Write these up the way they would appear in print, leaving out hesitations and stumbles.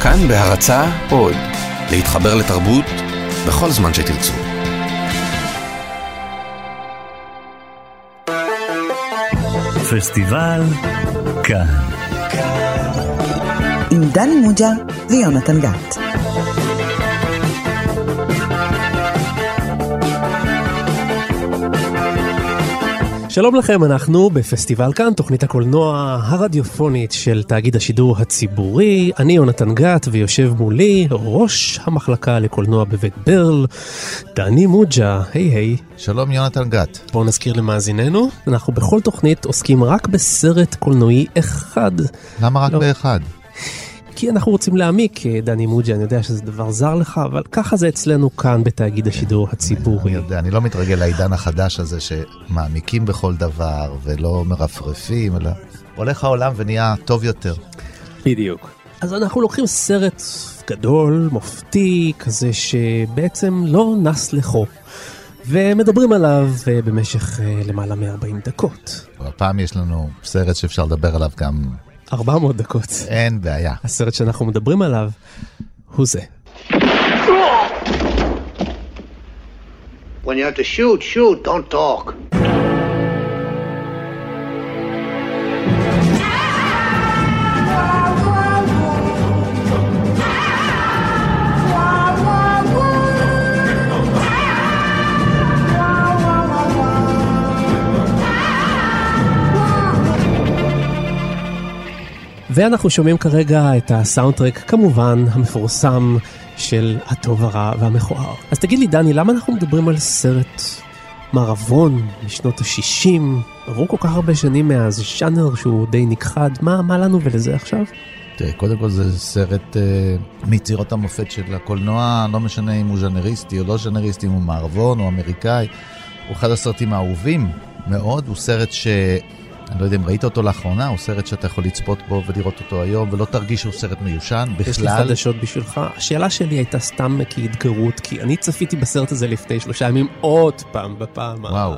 כאן בהרצאה עוד, להתחבר לתרבות בכל זמן שתרצו. פסטיבל כאן. עם דני מוג'ה ויונתן גת. שלום לכם, אנחנו בפסטיבל כאן, תוכנית הקולנוע הרדיופונית של תאגיד השידור הציבורי. אני יונתן גת ויושב מולי ראש המחלקה לקולנוע בבית ברל, דני מוג'ה. היי. שלום יונתן גת. בואו נזכיר למאזיננו, אנחנו בכל תוכנית עוסקים רק בסרט קולנועי אחד. למה רק באחד? כי אנחנו רוצים להעמיק, דני מוג'ה, אני יודע שזה דבר זר לך, אבל ככה זה אצלנו כאן בתאגיד השידור הציבורי. אני יודע, אני לא מתרגל לעידן החדש הזה שמעמיקים בכל דבר ולא מרפרפים, אלא הולך העולם ונהיה טוב יותר. בדיוק. אז אנחנו לוקחים סרט גדול, מופתי, כזה שבעצם לא נס לחו, ומדברים עליו במשך למעלה מ-40 דקות. הפעם יש לנו סרט שאפשר לדבר עליו גם 400 דקות. אין בעיה. הסרט שאנחנו מדברים עליו הוא זה. When you have to shoot, don't talk. ואנחנו שומעים כרגע את הסאונדטרק, כמובן, המפורסם של הטוב הרע והמכוער. אז תגיד לי, דני, למה אנחנו מדברים על סרט מערבון משנות ה-60? עברו כל כך הרבה שנים מאז, ז'אנר שהוא די נכחד. מה לנו ולזה עכשיו? תראה, קודם כל זה סרט מיצירות המופת של הקולנוע, לא משנה אם הוא ז'אנריסטי או לא ז'אנריסטי, אם הוא מערבון או אמריקאי. הוא אחד הסרטים האהובים מאוד, הוא סרט אני לא יודע אם ראית אותו לאחרונה, הוא סרט שאתה יכול לצפות בו ולראות אותו היום, ולא תרגיש שהוא סרט מיושן בכלל. יש לי חדשות בשבילך. השאלה שלי הייתה סתם כהתגרות, כי אני צפיתי בסרט הזה לפני 3 ימים עוד פעם, בפעם. וואו.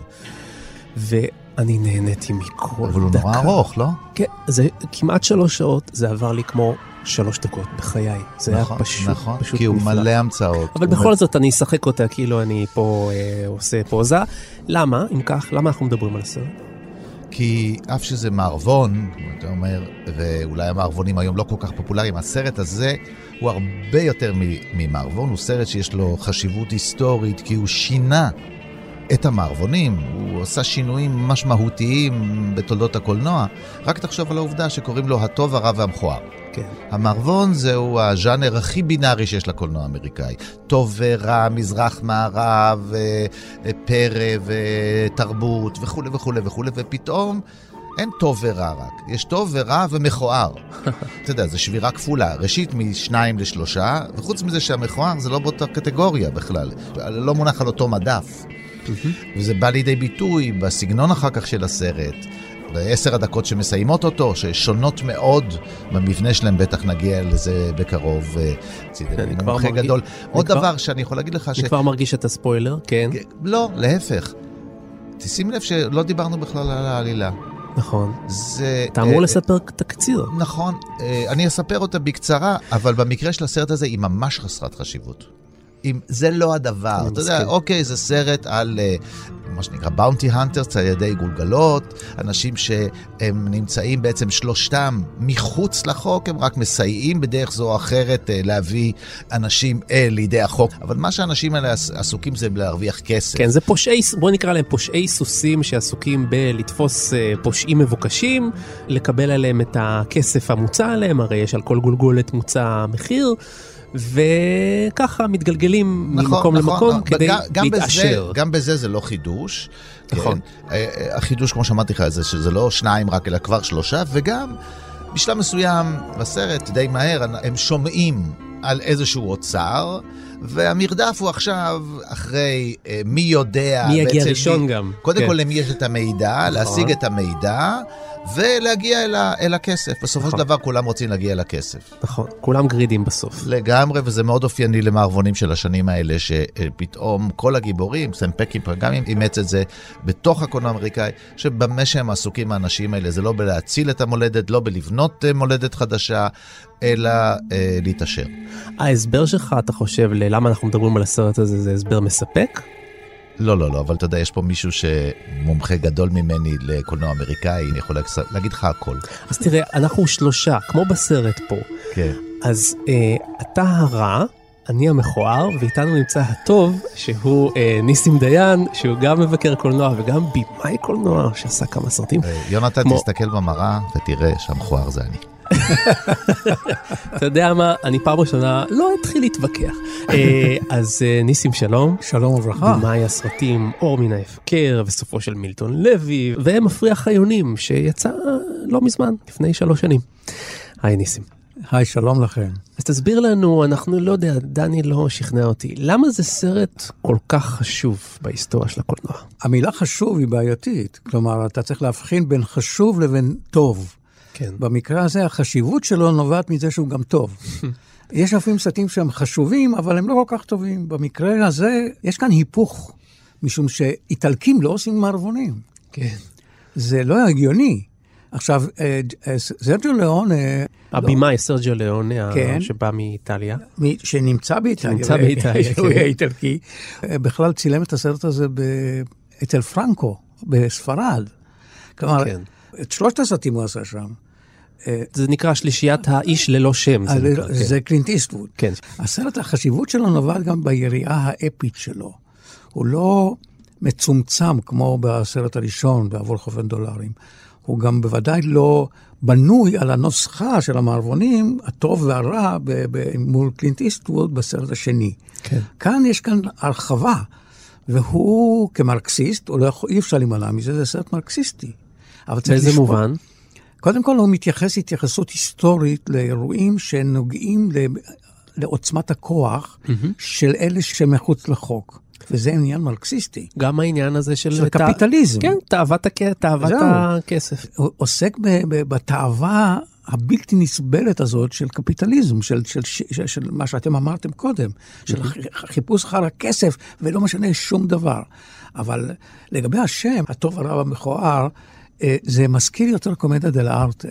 ואני נהניתי מכל דקה. אבל הוא נורא ארוך, לא? כן, זה כמעט 3 שעות, זה עבר לי כמו 3 דקות בחיי. זה היה פשוט נכון, כי הוא מלא המצאות. אבל בכל זאת אני אשחק אותה, כאילו אני פה עושה פוזה. למה, אם כך, למה אנחנו מדברים על הסרט? כי אף שזה מערבון, אתה אומר, ואולי המערבונים היום לא כל כך פופולריים, הסרט הזה הוא הרבה יותר ממערבון, הוא סרט שיש לו חשיבות היסטורית, כי הוא שינה את המערבונים, הוא עושה שינויים ממש מהותיים בתולדות הקולנוע. רק תחשוב על העובדה שקוראים לו הטוב, הרע והמכוער. כן. המערבון זהו הז'אנר הכי בינארי שיש לקולנוע האמריקאי. טוב ורע, מזרח מערב, פרא ותרבות וכו' וכו' וכו', ופתאום אין טוב ורע רק. יש טוב ורע ומכוער. אתה יודע, זה שבירה כפולה. ראשית מ2 ל3, וחוץ מזה שהמכוער זה לא באותה קטגוריה בכלל. לא מונח על אותו מדף. וזה בא לידי ביטוי בסגנון אחר כך של הסרט. ב10 הדקות שמסיימות אותו, ששונות מאוד במבנה שלהם, בטח נגיע לזה בקרוב. אני כבר מרגיש גדול. עוד דבר שאני יכול להגיד לך אני כבר מרגיש את הספוילר, כן? לא, להפך. תשים לב שלא דיברנו בכלל על העלילה. נכון. אתה אמור לספר תקציר. נכון. אני אספר אותה בקצרה, אבל במקרה של הסרט הזה היא ממש חסרת חשיבות. אם זה לא הדבר, אתה יודע, אוקיי, זה סרט על מה שנקרא באונטי הנטרס, ציידי גולגלות, אנשים שהם נמצאים בעצם שלושתם מחוץ לחוק, הם רק מסייעים בדרך זו או אחרת להביא אנשים לידי החוק, אבל מה שהאנשים האלה עסוקים זה להרוויח כסף. כן, זה פושעי, בוא נקרא להם פושעי סוסים שעסוקים בלתפוס פושעים מבוקשים, לקבל עליהם את הכסף המוצע עליהם, הרי יש על כל גולגולת מוצע מחיר, וככה מתגלגלים ממקום למקום כדי להתעשר. גם בזה זה לא חידוש. נכון. החידוש, כמו שאמרתי לך, זה שזה לא 2 רק, אלא כבר 3, וגם בשלב מסוים בסרט, די מהר, הם שומעים על איזשהו אוצר, והמרדף הוא עכשיו אחרי מי יודע... מי יגיע ראשון גם. קודם כל למי יש את המידע, להשיג את המידע, ולהגיע אל הכסף. בסופו של דבר כולם רוצים להגיע אל הכסף. נכון, כולם גרידים בסוף. לגמרי, וזה מאוד אופייני למערבונים של השנים האלה, שפתאום כל הגיבורים, סם פקינפר גם אימץ את זה, בתוך הקולנוע האמריקאי, שבמה שהם עסוקים האנשים האלה, זה לא בלהציל את המולדת, לא בלבנות מולדת חדשה, אלא להתעשר. ההסבר שלך, אתה חושב, ללמה אנחנו מדברים על הסרט הזה, זה הסבר מספק? לא, אבל אתה יודע, יש פה מישהו שמומחה גדול ממני לקולנוע אמריקאי, אני יכול להגיד לך הכל. אז תראה, אנחנו שלושה, כמו בסרט פה. כן. אז אתה הרע, אני המכוער, ואיתנו נמצא הטוב, שהוא ניסים דיין, שהוא גם מבקר קולנוע וגם בימאי קולנוע, שעשה כמה סרטים. יונתן, תסתכל במראה ותראה שהמכוער זה אני. אתה יודע מה, אני פעם ראשונה לא התחיל להתווכח. אז ניסים, שלום. שלום וברכה. בימאי הסרטים אור מן ההפקר וסופו של מילטון לוי, ומפריח חיונים שיצא לא מזמן, לפני 3 שנים. היי ניסים. היי, שלום לכם. אז תסביר לנו, אנחנו לא יודע, דני לא שכנע אותי, למה זה סרט כל כך חשוב בהיסטוריה של הקולנוע? המילה חשוב היא בעייתית, כלומר, אתה צריך להבחין בין חשוב לבין טוב. כן. במקרה הזה, החשיבות שלו נובעת מזה שהוא גם טוב. יש אפילו סרטים שהם חשובים, אבל הם לא כל כך טובים. במקרה הזה, יש כאן היפוך, משום שאיטלקים לא עושים מערבונים. כן. זה לא הגיוני. עכשיו, סרג'יו ליאונה... הבימאי סרג'יו ליאונה, שבא מאיטליה. שנמצא באיטליה. שנמצא באיטליה. הוא היה איטלקי. בכלל צילם את הסרט הזה אצל פרנקו, בספרד. כלומר, את 3 הסרטים הוא עשה שם. זה נקרא שלישיית האיש ללא שם. זה קלינט איסטווד. כן. הסרט, החשיבות שלו נובעת גם ביריעה האפית שלו. הוא לא מצומצם כמו בסרט הראשון, בעבור חופן דולרים. הוא גם בוודאי לא בנוי על הנוסחה של המערבונים, הטוב והרע מול קלינט איסטווד בסרט השני. כן. כאן יש כאן הרחבה, והוא כמרקסיסט, אי אפשר להימנע מזה, זה סרט מרקסיסטי. באיזה מובן? קודם כל הוא מתייחס התייחסות היסטורית לאירועים שנוגעים לעוצמת הכוח של אלה שמחוץ לחוק. וזה עניין מרקסיסטי. גם העניין הזה של קפיטליזם. כן, תאוות הכסף. הוא עוסק בתאווה הבלתי נסבלת הזאת של קפיטליזם, של מה שאתם אמרתם קודם, של חיפוש אחר הכסף, ולא משנה שום דבר. אבל לגבי השם, הטוב הרע המכוער, זה מזכיר יותר קומדיה דל ארטה.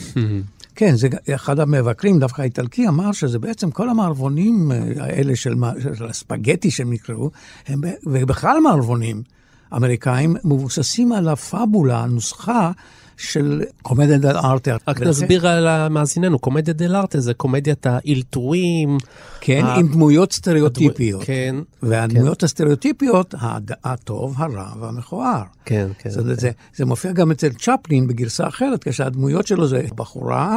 כן, זה אחד המבקרים, דווקא האיטלקי, אמר שזה בעצם כל המערבונים האלה של הספגטי שהם נקראו, ובכלל מערבונים אמריקאים, מבוססים על הפאבולה, הנוסחה של קומדיה דל ארטה. רק נסביר על המאזיננו, קומדיה דל ארטה זה קומדיית האילתורים. כן, עם דמויות סטריאוטיפיות. כן. והדמויות הסטריאוטיפיות, הטוב, הרע והמכוער. כן, כן. זה מופיע גם אצל צ'פלין בגרסה אחרת, כשהדמויות שלו זה בחורה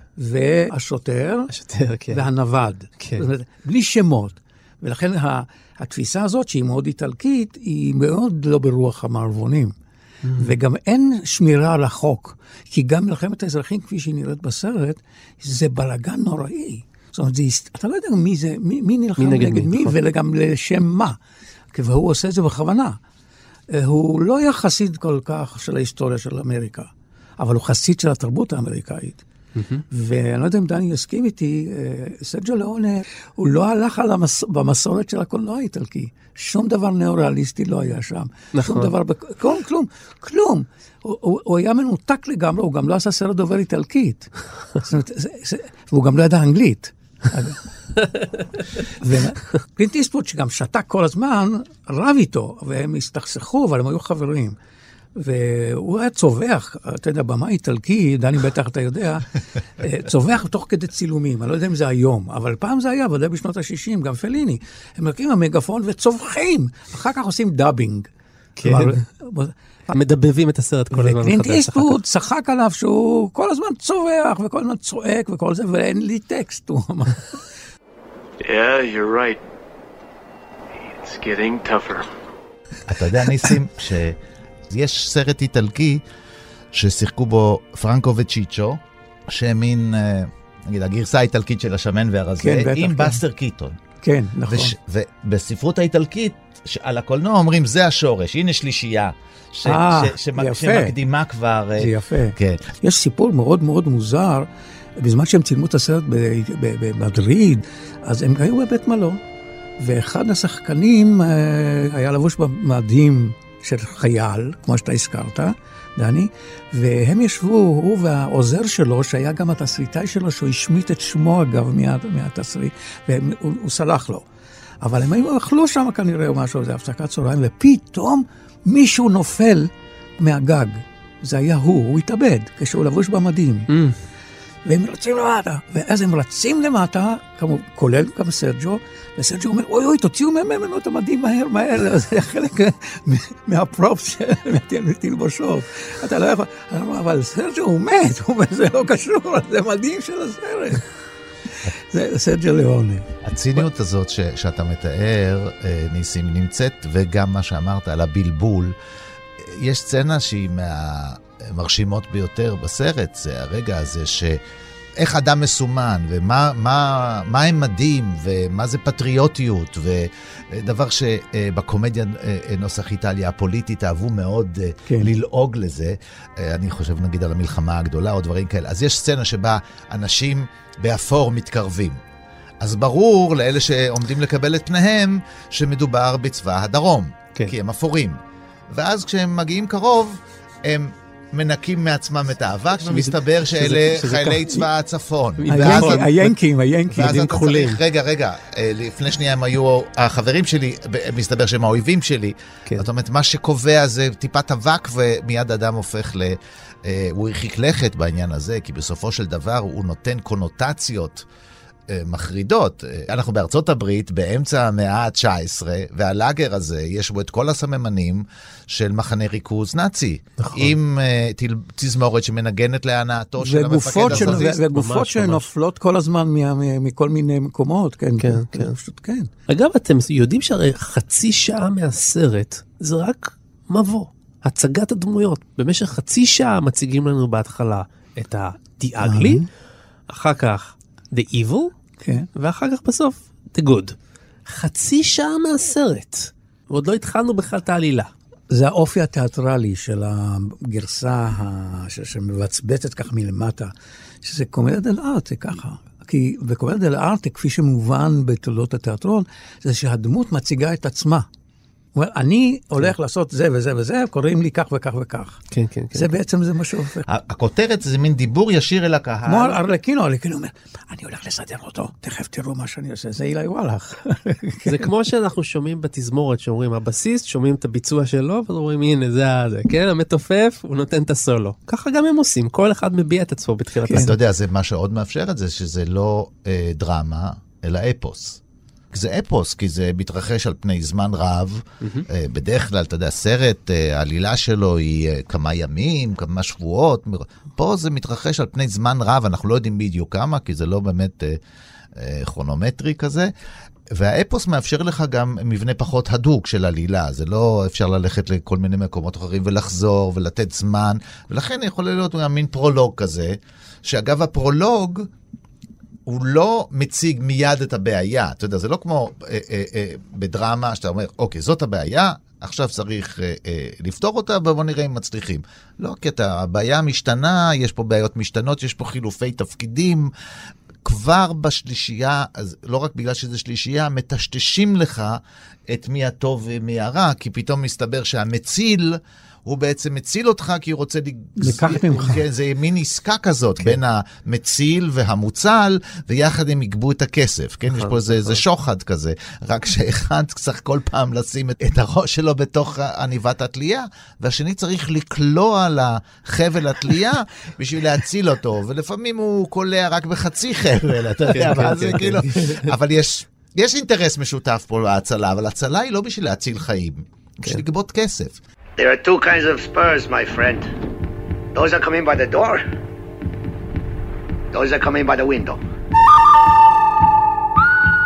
והשוטר והנווד. זאת אומרת, בלי שמות. ולכן התפיסה הזאת, שהיא מאוד איטלקית, היא מאוד לא ברוח המערבונים. וגם אין שמירה על החוק, כי גם מלחמת האזרחים, כפי שהיא נראית בסרט, זה בלגן נוראי. זאת אומרת, אתה לא יודע מי נלחם נגד מי, וגם לשם מה. והוא עושה את זה בכוונה. הוא לא היה חסיד כל כך של ההיסטוריה של אמריקה, אבל הוא חסיד של התרבות האמריקאית. ואני לא יודע אם דני יסכים איתי, סרג'יו ליאונה, הוא לא הלך במסורת של הקולנוע האיטלקי. שום דבר ניאו-ריאליסטי לא היה שם. שום דבר, כלום. הוא היה מנותק לגמרי, הוא גם לא עשה סרט דובר איטלקית. והוא גם לא ידע אנגלית. וקלינט איסטווד, שגם שתק כל הזמן, רב איתו, והם הסתכסכו, אבל הם היו חברים. והוא היה צובח, אתה יודע, במה איטלקי, דני בטח אתה יודע, צובח תוך כדי צילומים, אני לא יודע אם זה היום, אבל פעם זה היה, ודאי בשנות ה-60, גם פליני, הם לוקחים המגפון וצובחים, אחר כך עושים דאבינג. כן, מדבבים את הסרט כל הזמן. וקלינט איסטווד צחק עליו שהוא כל הזמן צובח, וכל הזמן צועק וכל זה, ואין לי טקסט, הוא אמר. Yeah, you're right. It's getting tougher. אתה יודע, ניסים, יש סרט איטלקי ששיחקו בו פרנקו וצ'יצ'ו, שמין, נגיד, הגרסה האיטלקית של השמן והרזה, כן, עם כן. בסטר קיטון. כן, נכון. ובספרות האיטלקית, על הקולנוע אומרים, זה השורש, הנה שלישייה, שמקדימה כבר... זה יפה. כן. יש סיפור מאוד מאוד מוזר, בזמן שהם צילמו את הסרט במדריד, אז הם היו בבית מלון, ואחד השחקנים היה לבוש במדים של חייל, כמו שאתה הזכרת, דני, והם ישבו, הוא והעוזר שלו, שהיה גם התסריטאי שלו, שהוא השמיט את שמו אגב מהתסריט, והוא סלח לו. אבל הם אכלו שם כנראה או משהו, זה הפסקת צהריים, ופתאום מישהו נופל מהגג. זה היה הוא התאבד, כשהוא לבוש במדים. והם רצים למטה, ואז הם רצים למטה, כולל גם סרג'ו, וסרג'ו אומר, אוי, תוציאו ממנו את המדים מהר, זה חלק מהפרופס של תלבושות. אתה לא יכול, אבל סרג'ו הוא מת, זה לא קשור, זה מדהים של הסרט. זה סרג'ו ליאונה. הציניות הזאת שאתה מתאר, ניסים, נמצאת, וגם מה שאמרת על הבלבול, יש סצנה שהיא מהמרשימות ביותר בסרט, זה הרגע הזה איך אדם מסומן, ומה הם מדים, ומה זה פטריוטיות, ודבר שבקומדיה נוסח איטליה הפוליטית אהבו מאוד ללעוג לזה, אני חושב נגיד על המלחמה הגדולה או דברים כאלה, אז יש סצנה שבה אנשים באפור מתקרבים, אז ברור לאלה שעומדים לקבל את פניהם שמדובר בצבא הדרום, כי הם אפורים, ואז כשהם מגיעים קרוב, הם מנקים מעצמם את האבק, ומסתבר שאלה חיילי צבא הצפון. היינקים, כחולים. רגע, לפני שנייה הם היו החברים שלי, מסתבר שהם האויבים שלי. זאת אומרת, מה שקובע זה טיפת אבק, ומיד אדם הופך הוא הרחיק לכת בעניין הזה, כי בסופו של דבר הוא נותן קונוטציות מחרידות. אנחנו בארצות הברית באמצע המאה ה-19, והלאגר הזה יש בו את כל הסממנים של מחנה ריכוז נאצי, עם תזמורת שמנגנת להנאתו של המפקד הסרטיסט. וגופות שנופלות כל הזמן מכל מיני מקומות, כן. אגב, אתם יודעים שהרי חצי שעה מהסרט זה רק מבוא, הצגת הדמויות. במשך חצי שעה מציגים לנו בהתחלה את The Ugly, אחר כך The Evil, ואחר כך בסוף The Good. חצי שעה מהסרט, ועוד לא התחלנו בכלל את העלילה. זה האופי התיאטרלי של הגרסה שמבצבצת כך מלמטה, שזה קומדיה דל ארטה, ככה. כי בקומדיה דל ארטה, כפי שמובן בתולדות התיאטרון, זה שהדמות מציגה את עצמה. אני הולך לעשות זה וזה וזה, קוראים לי כך וכך וכך. כן. זה בעצם זה מה שהופך. הכותרת זה מין דיבור ישיר אל הקהל. כמו ארלקינו אומר, אני הולך לסדר אותו, תכף תראו מה שאני עושה, זה אילי וואלך. זה כמו שאנחנו שומעים בתזמורת, שאומרים הבסיסט, שומעים את הביצוע שלו, ואומרים הנה זה, כן, המתופף, הוא נותן את הסולו. ככה גם הם עושים, כל אחד מביע את עצמו בתחילת הסרט. אתה יודע, זה מה שעוד מאפשר את זה, שזה לא דרמה, אלא אפוס. זה אפוס, כי זה מתרחש על פני זמן רב, בדרך כלל, אתה יודע, סרט, העלילה שלו היא כמה ימים, כמה שבועות, פה זה מתרחש על פני זמן רב, אנחנו לא יודעים בדיוק כמה, כי זה לא באמת כרונומטרי כזה, והאפוס מאפשר לך גם מבנה פחות הדוק של עלילה, זה לא אפשר ללכת לכל מיני מקומות אחרים ולחזור ולתת זמן, ולכן יכול להיות מין פרולוג כזה, שאגב הפרולוג, הוא לא מציג מיד את הבעיה. אתה יודע, זה לא כמו בדרמה שאתה אומר, אוקיי, זאת הבעיה, עכשיו צריך לפתור אותה, ובוא נראה אם מצליחים. לא, כי הבעיה משתנה, יש פה בעיות משתנות, יש פה חילופי תפקידים, כבר בשלישייה, אז לא רק בגלל שזה שלישייה, מטשטשים לך את מי הטוב ומי הרע, כי פתאום מסתבר שהמציל, הוא בעצם מציל אותך כי הוא רוצה לקחת ממך. כן, זה מין עסקה כזאת, בין המציל והמוצל, ויחד הם יגבו את הכסף, כן? יש פה איזה שוחד כזה, רק שאחד צריך כל פעם לשים את הראש שלו בתוך עניבת התלייה, והשני צריך לקלוע לחבל התלייה בשביל להציל אותו, ולפעמים הוא קולע רק בחצי חבל, אתה יודע, ואז זה כאילו, אבל יש אינטרס משותף פה להצלה, אבל הצלה היא לא בשביל להציל חיים, בשביל לגבות כסף. There are two kinds of spurs, my friend. Those that come in by the door. Those that come in by the window.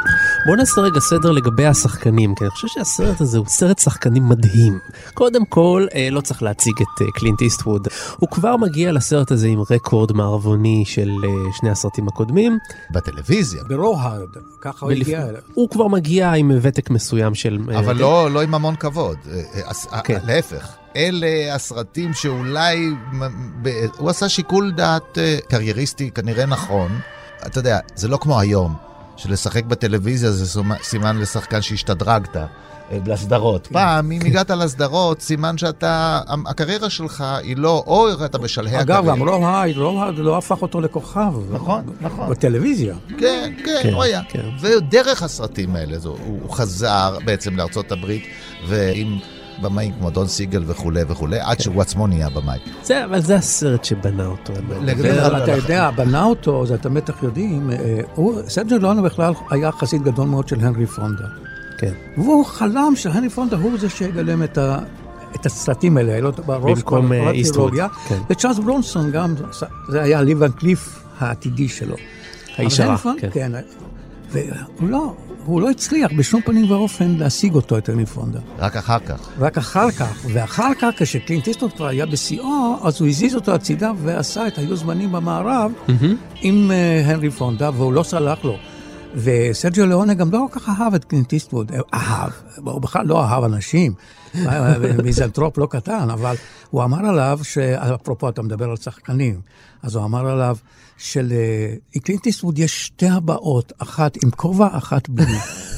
בואו נעשה רגע סדר לגבי השחקנים, כי אני חושב שהסרט הזה הוא סרט שחקנים מדהים. קודם כל, לא צריך להציג את קלינט איסטווד. הוא כבר מגיע לסרט הזה עם רקורד מערבוני של שני הסרטים הקודמים. בטלוויזיה. ברוהארד, ככה הוא הגיע. הוא כבר מגיע עם ותק מסוים של... אבל לא עם המון כבוד. להפך. אלה הסרטים שאולי... הוא עשה שיקול דעת קרייריסטי כנראה נכון. אתה יודע, זה לא כמו היום. שלשחק בטלוויזיה זה סימן לשחקן שהשתדרגת לסדרות. פעם, אם הגעת לסדרות, סימן שאתה, הקריירה שלך היא לא, או אתה בשלהי הקריירה. אגב, גם רוהארד לא הפך אותו לכוכב. נכון. בטלוויזיה. כן, הוא היה. ודרך הסרטים האלה, הוא חזר בעצם לארצות הברית, ועם במאים כמו דון סיגל וכו', עד שהוא עצמו נהיה במאי. אבל זה הסרט שבנה אותו. אתה יודע, בנה אותו, זה אתם בטח יודעים, סרג'יו ליאונה בכלל היה חסיד גדול מאוד של הנרי פונדה. כן. והוא חלם שהנרי פונדה הוא זה שיגלם את הסרטים האלה, לא בראש במקום איסטווד. וצ'ארלס ברונסון גם, זה היה לי ון קליף העתידי שלו. האיש הרע, כן. והוא לא הצליח בשום פנים ואופן להשיג אותו, את הנרי פונדה. רק אחר כך. ואחר כך, כשקלינט איסטווד כבר היה בשיאו, אז הוא הזיז אותו הצידה ועשה את היו זמנים במערב עם הנרי פונדה, והוא לא סלח לו. וסרג'יו ליאונה גם לא כל כך אהב את קלינט איסטווד. הוא בכלל לא אהב אנשים. מיזנטרופ לא קטן, אבל הוא אמר עליו, אפרופו אתה מדבר על שחקנים, אז הוא אמר עליו שלקלינט איסטווד יש שתי הבאות, אחת עם כובע, אחת בלי.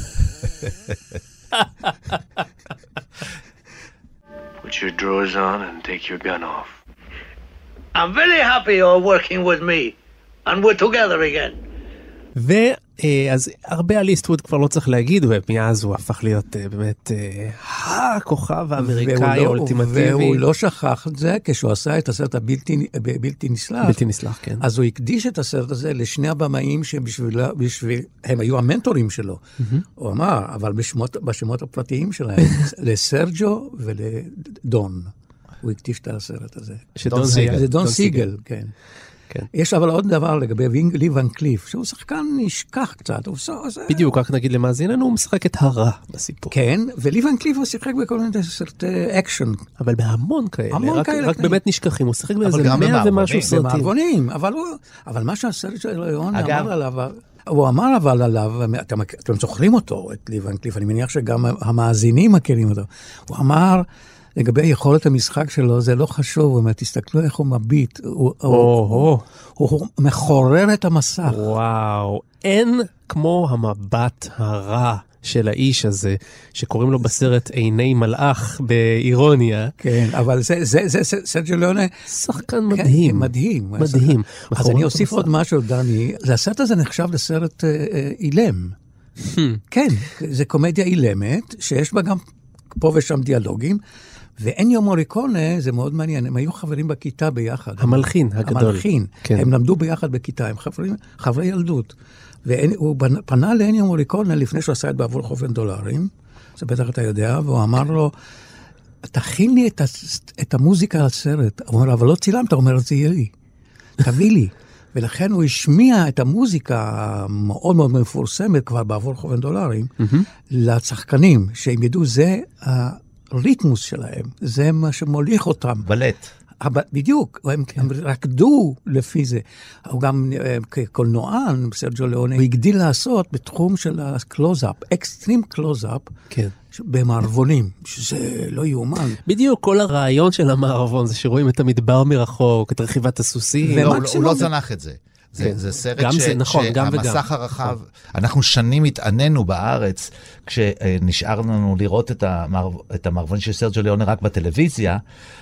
Put your drawers on and take your gun off. I'm very happy you're working with me, and we're together again. אז הרבה על איסטווד כבר לא צריך להגיד, ומאז הוא הפך להיות באמת הכוכב האמריקאי האולטימטיבי. והוא לא שכח את זה, כשהוא עשה את הסרט הבלתי נסלח. בלתי נסלח, כן. אז הוא הקדיש את הסרט הזה לשני הבמאים שהם היו המנטורים שלו. הוא אמר, אבל בשמות הפרטיים שלהם, לסרג'ו ולדון. הוא הקדיש את הסרט הזה. זה דון סיגל, כן. יש אבל עוד דבר לגבי לי ון קליף, שהוא שחקן נשכח קצת. בדיוק, רק נגיד למאזיננו, הוא משחק את הרע בסיפור. כן, ולי ון קליף הוא שיחק בכל מיני סרטי אקשן. אבל בהמון כאלה, רק באמת נשכחים, הוא שיחק באיזה 100 ומשהו סרטים. במערבונים, אבל מה שהסרט של ליאון אמר עליו, הוא אמר אבל עליו, אתם זוכרים אותו, את לי ון קליף, אני מניח שגם המאזינים מכירים אותו. הוא אמר, לגבי יכולת המשחק שלו, זה לא חשוב, תסתכלו איך הוא מביט, הוא מחורר את המסך. וואו, אין כמו המבט הרע של האיש הזה, שקוראים לו בסרט עיני מלאך באירוניה. כן, אבל זה סרג'יו ליאונה. שחקן מדהים. מדהים. אז אני אוסיף עוד משהו, דני, הסרט הזה נחשב לסרט אילם. כן, זה קומדיה אילמת, שיש בה גם פה ושם דיאלוגים, ואניו מוריקונה, זה מאוד מעניין, הם היו חברים בכיתה ביחד. המלחין הגדול. המלחין, כן. הם למדו ביחד בכיתה, הם חברי ילדות. והוא פנה לאניו מוריקונה לפני שהוא עשה את בעבור $1,000, זה בטח אתה יודע, והוא אמר לו, תכין לי את המוזיקה לסרט. הוא אומר, אבל לא צילמת, הוא אומר, זה יהיה לי, תביא לי. ולכן הוא השמיע את המוזיקה המאוד מאוד מפורסמת, כבר בעבור $1,000, לשחקנים, שהם ידעו, זה הריתמוס שלהם, זה מה שמוליך אותם. בלט. בדיוק, הם רקדו לפי זה. הוא גם כקולנוען, סרג'יו ליאונה, הוא הגדיל לעשות בתחום של הקלוז-אפ, אקסטרים קלוז-אפ, כן. במערבונים, שזה לא יאומן. בדיוק, כל הרעיון של המערבון זה שרואים את המדבר מרחוק, את רכיבת הסוסים. הוא לא זנח את זה. זה סרט שהמסך הרחב, אנחנו שנים התעננו בארץ, כשנשארנו לנו לראות את המערבון של סרג'יו ליאונה רק בטלוויזיה,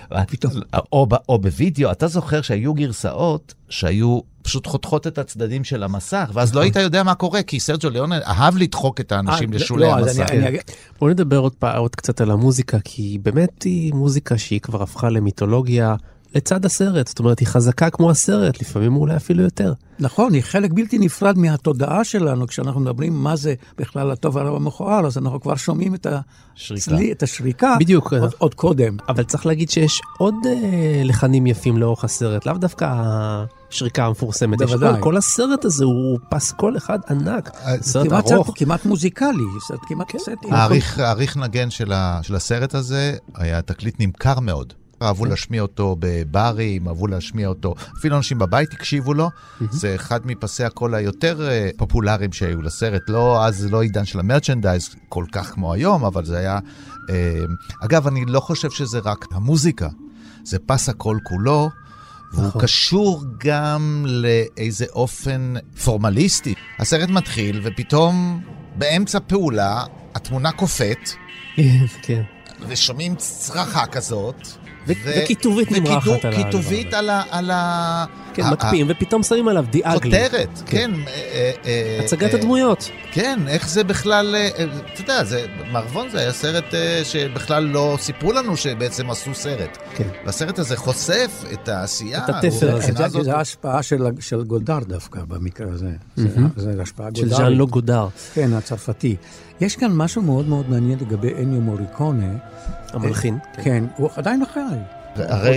או בווידאו. אתה זוכר שהיו גרסאות שהיו פשוט חותכות את הצדדים של המסך, ואז לא היית יודע מה קורה, כי סרג'יו ליאונה אהב לדחוק את האנשים לשולי המסך. בואו נדבר עוד קצת על המוזיקה, כי באמת היא מוזיקה שהיא כבר הפכה למיתולוגיה, לצד הסרט, זאת אומרת, היא חזקה כמו הסרט, לפעמים אולי אפילו יותר. נכון, היא חלק בלתי נפרד מהתודעה שלנו, כשאנחנו מדברים מה זה בכלל הטוב הרע והמכוער, אז אנחנו כבר שומעים את השריקה, בדיוק. עוד קודם. אבל צריך להגיד שיש עוד לחנים יפים לאורך הסרט, לאו דווקא השריקה המפורסמת. בוודאי. כל הסרט הזה הוא פסקול אחד ענק, סרט ארוך. כמעט מוזיקלי, כמעט העריך נגן של הסרט הזה היה תקליט נמכר מאוד. אהבו להשמיע אותו בברים, אהבו להשמיע אותו, אפילו אנשים בבית הקשיבו לו, זה אחד מפסי הקול היותר פופולריים שהיו לסרט, אז לא עידן של המרצ'נדייז כל כך כמו היום, אבל זה היה, אגב, אני לא חושב שזה רק המוזיקה, זה פס הקול כולו, והוא קשור גם לאיזה אופן פורמליסטי. הסרט מתחיל, ופתאום באמצע פעולה, התמונה קופאת, ושומעים צרחה כזאת, וכיתובית נמרחת על כיתובית על ה... כן, מקפיאים, ופתאום שמים עליו דיאגלי. כותרת, כן. הצגת הדמויות. כן, איך זה בכלל... אתה יודע, מערבון זה היה סרט שבכלל לא סיפרו לנו שבעצם עשו סרט. כן. והסרט הזה חושף את העשייה. את התפר הזה. זה ההשפעה של גולדאר דווקא במקרה הזה. זה השפעה גולדארית. של ז'אן לוק גודאר. כן, הצרפתי. יש כאן משהו מאוד מאוד מעניין לגבי אניו מוריקונה. המלחין. כן, הוא עדיין חי. הרי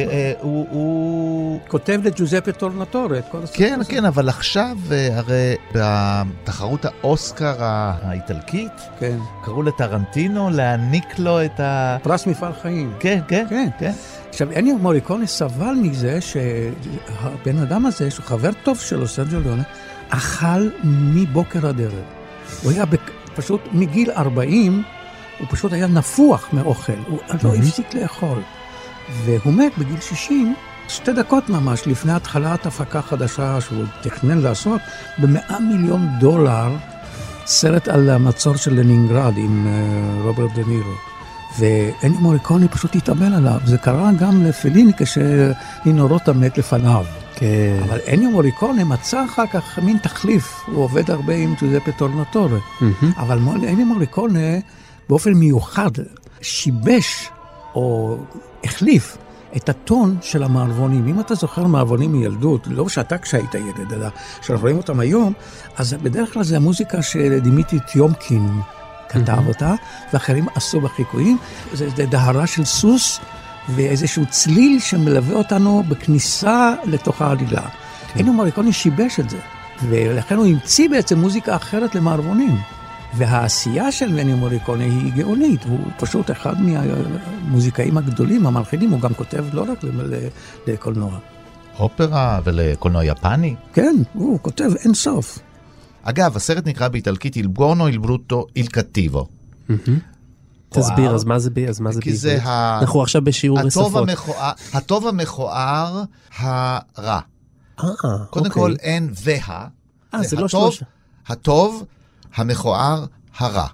הוא כותב לג'וזפה טורנטורה את כל הסרט. כן, כן, אבל עכשיו, הרי בתחרות האוסקר האיטלקית, קראו לטרנטינו להעניק לו את פרס מפעל חיים. כן, כן, כן. עכשיו, אניו מוריקונה סבל מזה שהבן אדם הזה, שהוא חבר טוב שלו, סרג'יו ליאונה, אכל מבוקר עד ערב. הוא היה פשוט מגיל 40, הוא פשוט היה נפוח מאוכל, הוא לא הפסיק לאכול. והוא מת בגיל 60, 2 דקות ממש לפני התחלת הפקה חדשה שהוא תכנן לעשות, ב$100 מיליון, סרט על המצור של לנינגרד עם רוברט דה נירו. ואניו מוריקונה פשוט התאבל עליו. זה קרה גם לפליני כשנינו רוטה מת לפניו. כן. אבל אניו מוריקונה מצא אחר כך מין תחליף, הוא עובד הרבה עם ג'וזפה טורנטורה. אבל אניו מוריקונה באופן מיוחד שיבש או החליף את הטון של המערבונים. אם אתה זוכר מערבונים מילדות, לא שאתה כשהיית ילד, אלא שאנחנו רואים אותם היום, אז בדרך כלל זה המוזיקה שדימיטרי טיומקין כתב אותה, ואחרים עשו בחיקויים. זה דהרה של סוס, ואיזשהו צליל שמלווה אותנו בכניסה לתוך העלילה. אניו מוריקונה שיבש את זה, ולכן הוא המציא בעצם מוזיקה אחרת למערבונים. והעשייה של אניו מוריקונה היא גאונית, הוא פשוט אחד מהמוזיקאים הגדולים, המלחינים, הוא גם כותב לא רק לקולנוע. אופרה ולקולנוע יפני? כן, הוא כותב אין סוף. אגב, הסרט נקרא באיטלקית Il buono, il brutto, il cattivo. תסביר, אז מה זה כי זה אנחנו עכשיו בשיעור לשפות. הטוב המכוער, הרע. קודם כל אין זה לא שלושה. הטוב, המכוער, הרע.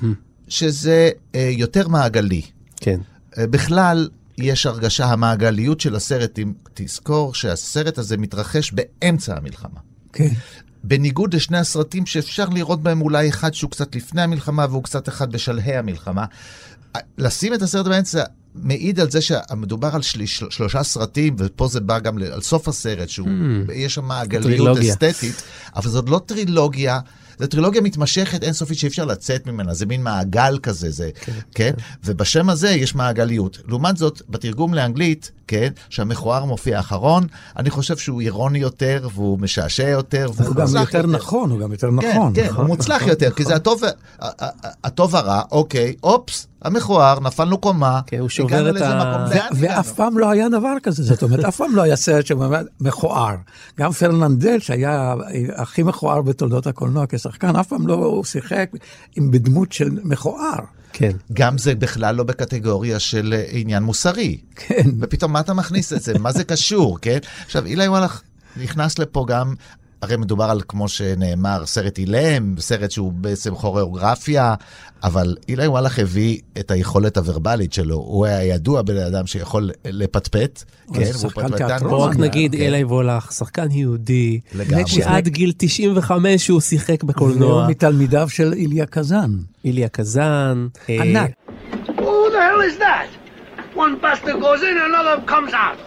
שזה יותר מעגלי. כן. בכלל, יש הרגשה, המעגליות של הסרט, אם תזכור שהסרט הזה מתרחש באמצע המלחמה. כן. בניגוד לשני הסרטים שאפשר לראות בהם אולי אחד שהוא קצת לפני המלחמה, והוא קצת אחד בשלהי המלחמה. לשים את הסרט באמצע מעיד על זה שמדובר על 3 סרטים, ופה זה בא גם על סוף הסרט, שיש שם מעגליות אסתטית, אבל זאת לא טרילוגיה, זו טרילוגיה מתמשכת אינסופית שאי אפשר לצאת ממנה, זה מין מעגל כזה, זה, כן? ובשם הזה יש מעגליות. לעומת זאת, בתרגום לאנגלית, כן, שהמכוער מופיע האחרון, אני חושב שהוא אירוני יותר, והוא משעשע יותר, והוא גם יותר נכון, הוא גם יותר נכון. כן, הוא מוצלח יותר, כי זה הטוב הרע, אוקיי, אופס, המכוער, נפלנו קומה, הגענו לזה מקום. ואף פעם לא היה דבר כזה, זאת אומרת, אף פעם לא היה סרט שמכוער. גם פרננדל, שהיה הכי מכוער בתולדות הקולנוע כשחקן, אף פעם לא שיחק בדמות של מכוער. כן. גם זה בכלל לא בקטגוריה של עניין מוסרי. כן. ופתאום מה אתה מכניס את זה? מה זה קשור, כן? עכשיו, אילי וואלך נכנס לפה גם, הרי מדובר על, כמו שנאמר, סרט אילם, סרט שהוא בעצם כוריאוגרפיה, אבל אילי וואלך הביא את היכולת הוורבלית שלו. הוא היה ידוע בן אדם שיכול לפטפט, כן? הוא שחקן תיאטרון. בוא רק נגיד, אילי וואלך, שחקן יהודי, שעד גיל 95 הוא שיחק בקולנוע. והוא מתלמידיו של איליה קזן. איליה קזן. ענק. Who the hell is that? One bastard goes in, another comes out.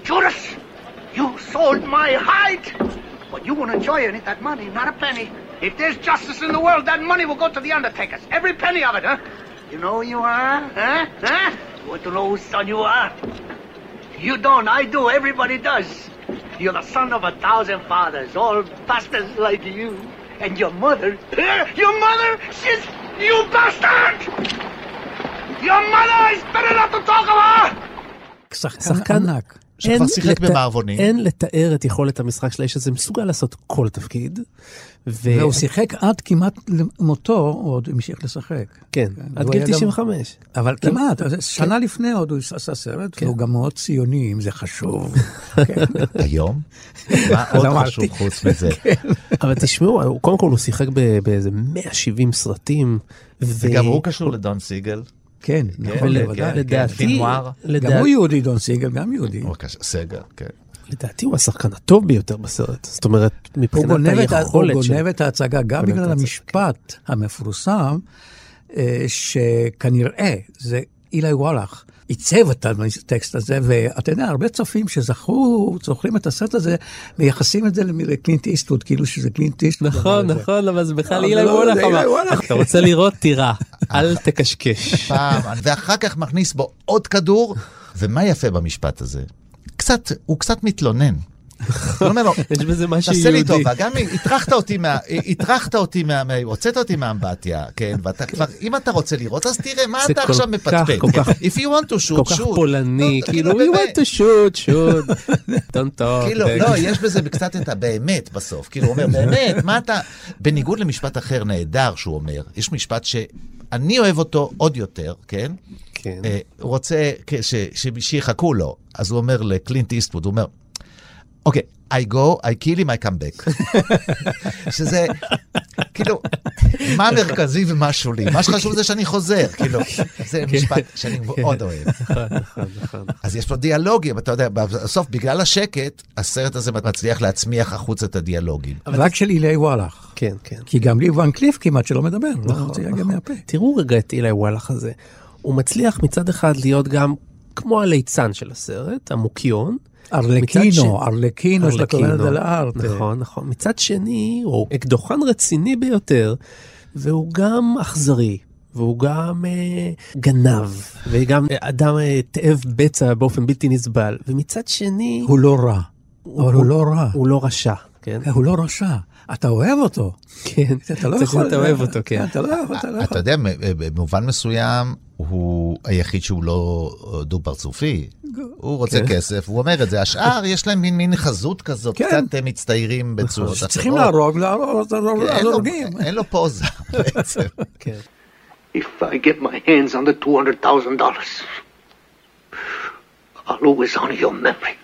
Judas, you sold my hide. But you won't enjoy any of that money, not a penny. If there's justice in the world, that money will go to the undertakers. Every penny of it, huh? You know who you are, huh? Huh? You want to know whose son you are? You don't, I do, everybody does. You're the son of 1,000 fathers, all bastards like you. And your mother, she's, you bastard! Your mother is better not to talk about her! שחקן ענק. שכבר שיחק במערבונים. אין לתאר את יכולת המשחק של האיש הזה, מסוגל לעשות כל תפקיד. והוא שיחק עד כמעט למותו, עוד המשיך לשחק. כן, עד גיל 95. אבל כמעט, שנה לפני עוד הוא עשה סרט, והוא גם מאוד ציוני, אם זה חשוב. היום? מה עוד חשוב חוץ מזה? אבל תשמעו, קודם כל הוא שיחק באיזה 170 סרטים. וגם הוא קשור לדון סיגל. כן, נכון, לדעתי. גם הוא יהודי, דון סיגל, גם יהודי. סגל, כן. לדעתי הוא השחקן הטוב ביותר בסרט. זאת אומרת, מבחינת היכולת הוא גונב את ההצגה גם בגלל המשפט המפורסם, שכנראה זה אילי וואלך. עיצב את הטקסט הזה, ואתה יודע, הרבה צופים זוכרים את הסרט הזה, מייחסים את זה לקלינט איסטווד, כאילו שזה קלינט איסטווד. נכון, אבל זה בכלל אילי וואלך. אתה רוצה לראות, תירה, אל תקשקש. ואחר כך מכניס בו עוד כדור, ומה יפה במשפט הזה? הוא קצת מתלונן. יש בזה משהו תעשה לי יהודי. טובה, גם הטרחת אותי, הוצאת אותי מהאמבטיה, כן, ואתה כבר, אם אתה רוצה לראות, אז תראה, מה אתה עכשיו מפטפט? If you want to shoot, כל כך פולני, כאילו, you want to shoot, don't talk. כאילו, לא, יש בזה קצת את הבאמת בסוף, כאילו, הוא אומר, באמת, מה אתה, בניגוד למשפט אחר נהדר שהוא אומר, יש משפט שאני אוהב אותו עוד יותר, כן? כן. הוא רוצה שיחכו לו, אז הוא אומר לקלינט איסטווד, הוא אומר, אוקיי, I go, I kill him, I come back. שזה, כאילו, מה מרכזי ומה שולי? מה שחשוב זה שאני חוזר, כאילו, זה משפט שאני מאוד אוהב. נכון. אז יש פה דיאלוגים, אתה יודע, בסוף, בגלל השקט, הסרט הזה מצליח להצמיח החוץ את הדיאלוגים. רק של אילי וואלך. כן. כי גם לי ון קליף כמעט שלא מדבר, לא רוצה להגיע מהפה. תראו רגע את אילי וואלך הזה. הוא מצליח מצד אחד להיות גם כמו הליצן של הסרט, המוקיון, ארלקינו, יש לה כוונת על הארט. נכון. מצד שני, הוא אקדוחן רציני ביותר, והוא גם אכזרי, והוא גם גנב, וגם אדם תאב בצע באופן בלתי נסבל, ומצד שני... הוא לא רע, אבל הוא לא רע. הוא לא רשע, כן? הוא לא רשע. אתה אוהב אותו. כן, אתה לא יכול. אתה אוהב אותו, כן. אתה יודע, במובן מסוים, הוא היחיד שהוא לא דו-פרצופי. הוא רוצה כסף, הוא אומר את זה. השאר יש להם מין חזות כזאת, קצת מצטיירים בצורות אחרות. צריכים להרוג, להרוגים. אין לו פוזה בעצם. If I get my hands on the $200,000, I'll always honor your memory.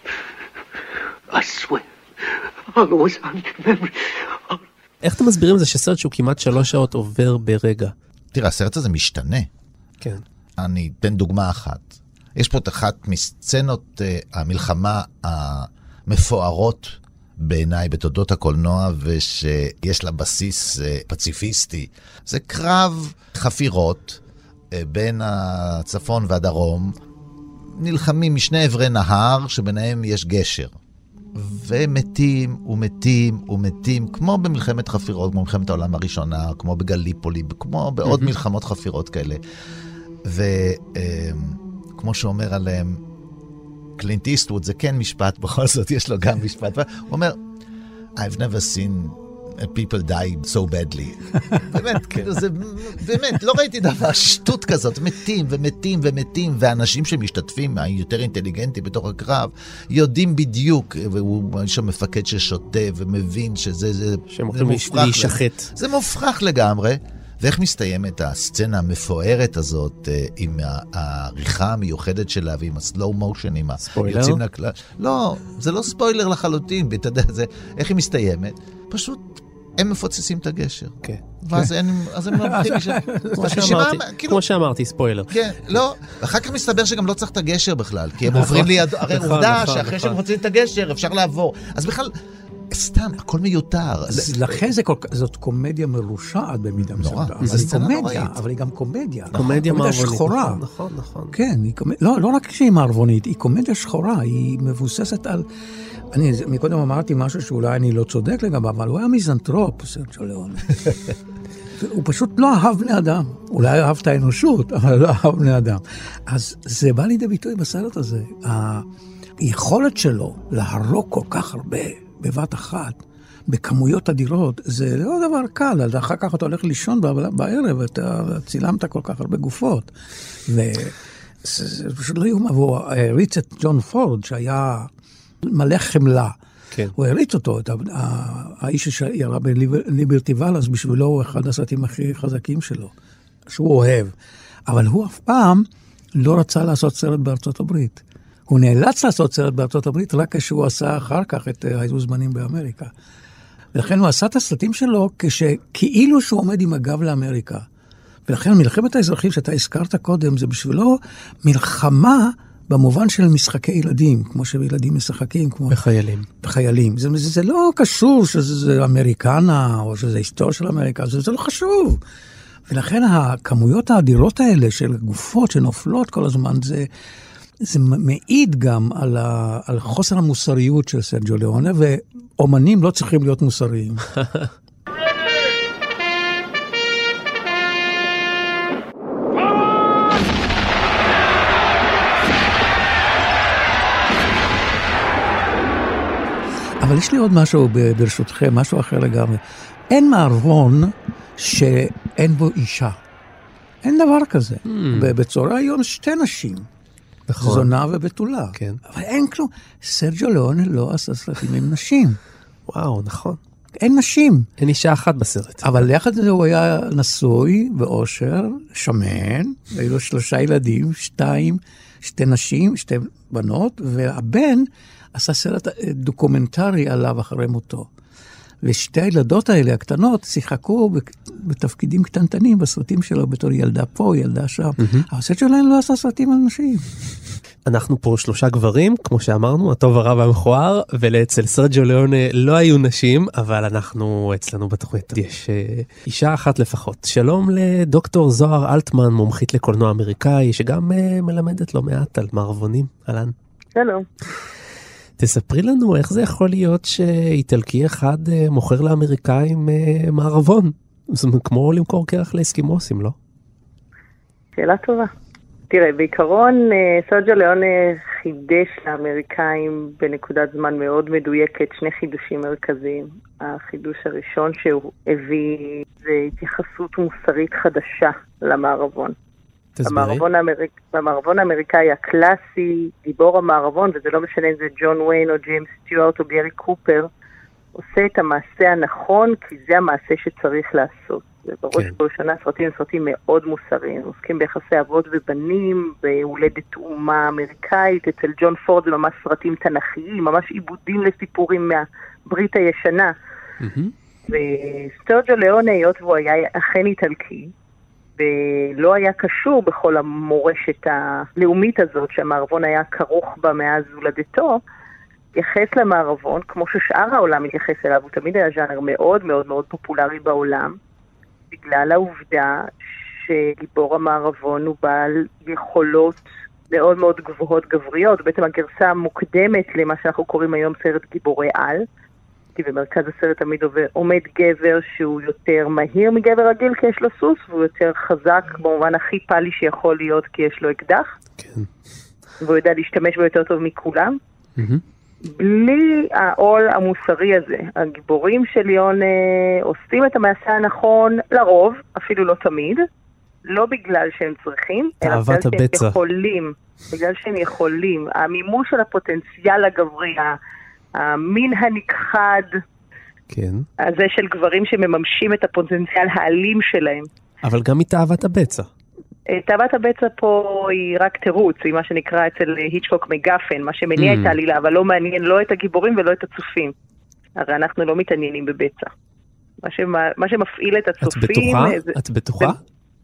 I swear, I'll always honor your memory. איך אתם מסבירים זה שסרט שהוא כמעט 3 שעות עובר ברגע? תראה, הסרט הזה משתנה. כן. אני אתן דוגמה אחת. יש פה את אחת מסצנות המלחמה המפוארות בעיניי בתולדות הקולנוע, ושיש לה בסיס פציפיסטי. זה קרב חפירות בין הצפון והדרום, נלחמים משני עברי נהר שביניהם יש גשר. ומתים ומתים ומתים, כמו במלחמת חפירות, כמו במלחמת העולם הראשונה, כמו בגליפולי, כמו בעוד מלחמות חפירות כאלה. וכמו שאומר עליהם, קלינט איסטווד, זה כן משפט, בכל זאת יש לו גם משפט. הוא אומר, I've never seen people die so badly. באמת, כאילו זה, באמת, לא ראיתי דבר שטות כזאת, מתים ומתים ומתים, ואנשים שמשתתפים, היותר אינטליגנטי בתוך הקרב, יודעים בדיוק, והוא שם מפקד ששוטה ומבין שזה להישחט. זה מופרך לגמרי. ואיך מסתיימת הסצנה המפוארת הזאת עם העריכה המיוחדת שלה ועם הסלואו מושן, עם ספוילר? לא, זה לא ספוילר לחלוטין, אתה יודע, איך היא מסתיימת? פשוט הם מפוצצים את הגשר. כן. ואז הם לא הולכים משם. כמו שאמרתי, ספוילר. כן, לא. אחר כך מסתבר שגם לא צריך את הגשר בכלל, כי הם עוברים ליד, הרי עובדה שאחרי שהם רוצים את הגשר אפשר לעבור. אז בכלל, סתם, הכל מיותר. לכן זאת קומדיה מרושעת במידה מסוימת. אבל היא גם קומדיה. קומדיה מערבונית. שחורה. נכון. כן, לא רק שהיא מערבונית, היא קומדיה שחורה, היא מבוססת על... אני מקודם אמרתי משהו שאולי אני לא צודק לגביו, אבל הוא היה מיזנטרופ, סרג'יו ליאונה. הוא פשוט לא אהב בני אדם. אולי אהב את האנושות, אבל לא אהב בני אדם. אז זה בא לידי ביטוי בסרט הזה. היכולת שלו להרוג כל כך הרבה בבת אחת, בכמויות אדירות, זה לא דבר קל. אחר כך אתה הולך לישון בערב, אתה צילמת כל כך הרבה גופות. וזה פשוט לא יאומן. והוא הריץ את ג'ון פורד, שהיה מלא חמלה. כן. הוא הריץ אותו, האיש שירה בליברטי ואלאס, בשבילו הוא אחד הסרטים הכי חזקים שלו, שהוא אוהב. אבל הוא אף פעם לא רצה לעשות סרט בארצות הברית. הוא נאלץ לעשות סרט בארצות הברית רק כשהוא עשה אחר כך את היו זמנים באמריקה. ולכן הוא עשה את הסרטים שלו כאילו שהוא עומד עם הגב לאמריקה. ולכן מלחמת האזרחים שאתה הזכרת קודם, זה בשבילו מלחמה במובן של משחקי ילדים, כמו שילדים משחקים. בחיילים. זה לא קשור שזה אמריקנה, או שזה היסטוריה של אמריקה, זה לא חשוב. ולכן הכמויות האדירות האלה של גופות שנופלות כל הזמן, זה מעיד גם על חוסר המוסריות של סרג'יו ליאונה, ואומנים לא צריכים להיות מוסריים. אבל יש לי עוד משהו ברשותכם, משהו אחר לגמרי. אין מערבון שאין בו אישה. אין דבר כזה. בצורה היום שתי נשים. זונה ובתולה. כן. אבל אין כלום. סרג'יו ליאונה לא עשה סרטים עם נשים. וואו, נכון. אין נשים. אין אישה אחת בסרט. אבל יחד זה הוא היה נשוי באושר, שמן, היו לו 3 ילדים, 2 נשים, 2 בנות, והבן עשה סרט דוקומנטרי עליו אחרי מותו. ושתי הילדות האלה, הקטנות, שיחקו בתפקידים קטנטנים בסרטים שלו, בתור ילדה פה, ילדה שם. הסרט שלהם לא עשה סרטים על נשים. אנחנו פה 3 גברים, כמו שאמרנו, הטוב הרע והמכוער, ולאצל סרג'יו ליאונה לא היו נשים, אבל אצלנו בתוכנית יש אישה אחת לפחות. שלום לדוקטור זוהר אלטמן, מומחית לקולנוע אמריקאי, שגם מלמדת לא מעט על מערבונים. אהלן. שלום. תספרי לנו איך זה יכול להיות שאיטלקי אחד מוכר לאמריקאים מערבון. זה כמו למכור קרח לאסקימוסים, לא? שאלה טובה. תראה, בעיקרון סרג'יו ליאונה חידש לאמריקאים בנקודת זמן מאוד מדויקת 2 חידושים מרכזיים. החידוש הראשון שהוא הביא זה התייחסות מוסרית חדשה למערבון. במערבון האמריקאי הקלאסי, גיבור המערבון, וזה לא משנה אם זה ג'ון ויין או ג'יימס סטיוארט או גרי קופר, עושה את המעשה הנכון, כי זה המעשה שצריך לעשות. ובראש ובראשונה סרטים מאוד מוסריים, עוסקים ביחסי אבות ובנים, בהולדת אומה אמריקאית, אצל ג'ון פורד זה ממש סרטים תנכיים, ממש עיבודים לסיפורים מהברית הישנה. וסרג'יו ליאונה, היות והוא היה אכן איטלקי, ולא היה קשור בכל המורשת הלאומית הזאת, שהמערבון היה כרוך בה מאז הולדתו, יחס למערבון, כמו ששאר העולם מתייחס אליו, הוא תמיד היה ז'אנר מאוד מאוד מאוד פופולרי בעולם, בגלל העובדה שגיבור המערבון הוא בעל יכולות מאוד מאוד גבוהות גבריות, בעצם הגרסה המוקדמת למה שאנחנו קוראים היום סרט גיבורי על, כי במרכז הסרט תמיד עומד גבר שהוא יותר מהיר מגבר רגיל כי יש לו סוס, והוא יותר חזק במובן הכי פאלי שיכול להיות כי יש לו אקדח. כן. והוא יודע להשתמש בו יותר טוב מכולם. בלי העול המוסרי הזה, הגיבורים של ליאונה עושים את המעשה הנכון לרוב, אפילו לא תמיד, לא בגלל שהם צריכים, אלא בגלל שהם יכולים. בגלל שהם יכולים. המימוש של הפוטנציאל הגברי, המין הנכחד, כן. הזה של גברים שמממשים את הפוטנציאל האלים שלהם. אבל גם מתאוות הבצע. תאוות הבצע פה היא רק תירוץ, היא מה שנקרא אצל היצ'קוק מגפן, מה שמניע את העלילה, אבל לא מעניין לא את הגיבורים ולא את הצופים. הרי אנחנו לא מתעניינים בבצע. מה שמפעיל את הצופים... את בטוחה?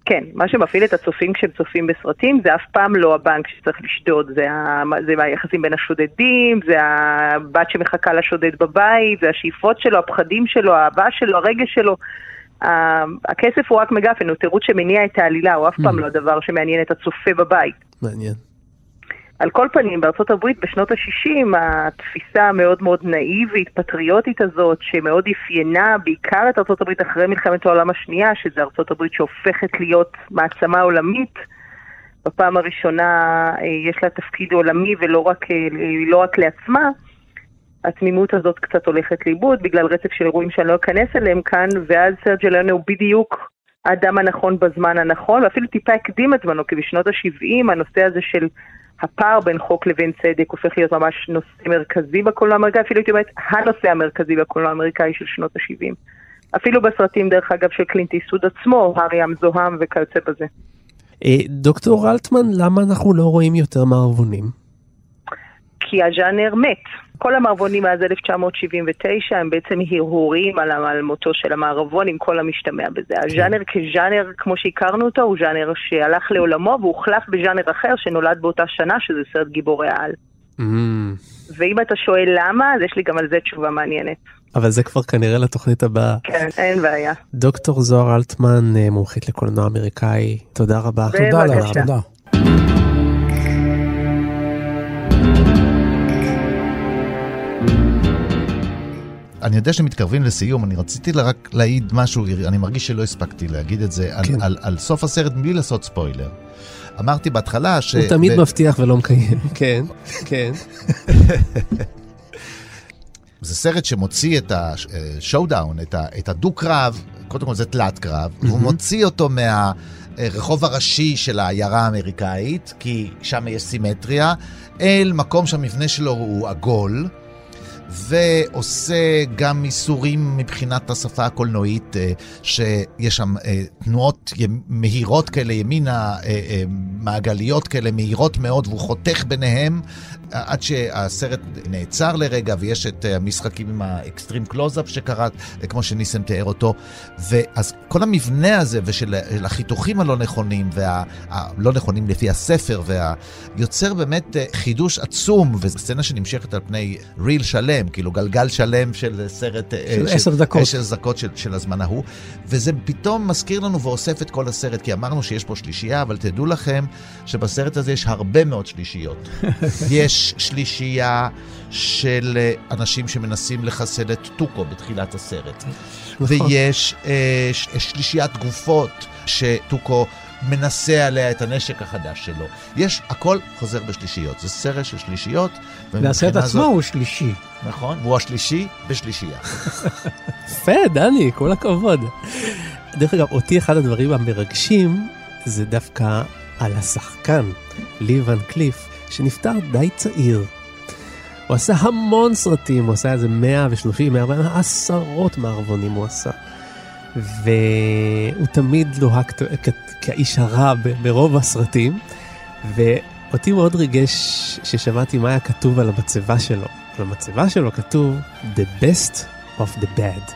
כן, מה שמפעיל את הצופים כשהם צופים בסרטים, זה אף פעם לא הבנק שצריך לשדוד, זה היחסים בין השודדים, זה הבת שמחכה לשודד בבית, זה השאיפות שלו, הפחדים שלו, האהבה שלו, הרגש שלו. הכסף הוא רק מגפן, הוא תירוץ שמניע את העלילה, הוא אף פעם לא הדבר שמעניין את הצופה בבית. מעניין. על כל פנים, בארצות הברית בשנות ה-60, התפיסה המאוד מאוד נאיבית, פטריוטית הזאת, שמאוד אפיינה בעיקר את ארצות הברית אחרי מלחמת העולם השנייה, שזה ארצות הברית שהופכת להיות מעצמה עולמית. בפעם הראשונה יש לה תפקיד עולמי ולא רק לעצמה. התמימות הזאת קצת הולכת לאיבוד, בגלל רצף של אירועים שאני לא אכנס אליהם כאן, ואז סרג'יו ליאונה הוא בדיוק האדם הנכון בזמן הנכון, ואפילו טיפה הקדים את זמנו, כי בשנות ה-70 הנושא הזה של הפער בין חוק לבין צדק הופך להיות ממש נושא מרכזי בקולנוע האמריקאי, אפילו הייתי אומרת, הנושא המרכזי בקולנוע האמריקאי של שנות ה-70. אפילו בסרטים, דרך אגב, של קלינט איסטווד עצמו, הארי המזוהם וכיוצא בזה. דוקטור אלטמן, למה אנחנו לא רואים יותר מערבונים? כי הז'אנר מת. כל המערבונים מאז 1979 הם בעצם הרהורים על מותו של המערבון עם כל המשתמע בזה. הז'אנר כז'אנר, כמו שהכרנו אותו, הוא ז'אנר שהלך לעולמו והוחלף בז'אנר אחר שנולד באותה שנה, שזה סרט גיבורי העל. ואם אתה שואל למה, אז יש לי גם על זה תשובה מעניינת. אבל זה כבר כנראה לתוכנית הבאה. כן, אין בעיה. דוקטור זוהר אלטמן, מומחית לקולנוע אמריקאי, תודה רבה. תודה לך, תודה. אני יודע שמתקרבים לסיום, אני רציתי רק להעיד משהו, אני מרגיש שלא הספקתי להגיד את זה, על סוף הסרט בלי לעשות ספוילר. אמרתי בהתחלה ש... הוא תמיד מבטיח ולא מקיים. כן, כן. זה סרט שמוציא את השואודאון, את הדו-קרב, קודם כל זה תלת קרב, והוא מוציא אותו מהרחוב הראשי של העיירה האמריקאית, כי שם יש סימטריה, אל מקום שהמבנה שלו הוא עגול, ועושה גם איסורים מבחינת השפה הקולנועית, שיש שם תנועות מהירות כאלה, ימינה, מעגליות כאלה, מהירות מאוד, והוא חותך ביניהם, עד שהסרט נעצר לרגע, ויש את המשחקים עם האקסטרים קלוז-אפ שקראת, כמו שניסם תיאר אותו, ואז כל המבנה הזה, ושל החיתוכים הלא נכונים, והלא נכונים לפי הספר, ויוצר באמת חידוש עצום, וסצנה שנמשכת על פני ריל שלם, כאילו גלגל שלם של סרט, של 10 דקות. 10 דקות של הזמן ההוא, וזה פתאום מזכיר לנו ואוסף את כל הסרט, כי אמרנו שיש פה שלישייה, אבל תדעו לכם שבסרט הזה יש הרבה מאוד שלישיות. יש שלישייה של אנשים שמנסים לחסל את טוקו בתחילת הסרט. ויש שלישיית גופות שטוקו מנסה עליה את הנשק החדש שלו. יש, הכל חוזר בשלישיות. זה סרט של שלישיות. והסרט עצמו הוא שלישי. נכון, והוא השלישי בשלישייה. יפה, דני, כל הכבוד. דרך אגב, אותי אחד הדברים המרגשים, זה דווקא על השחקן, לי ון קליף, שנפטר די צעיר. הוא עשה המון סרטים, הוא עשה איזה 130, 140, עשרות מערבונים הוא עשה. והוא תמיד לוהק כאיש הרע ברוב הסרטים, ואותי מאוד ריגש ששמעתי מה היה כתוב על המצבה שלו. על המצבה שלו כתוב The best of the bad.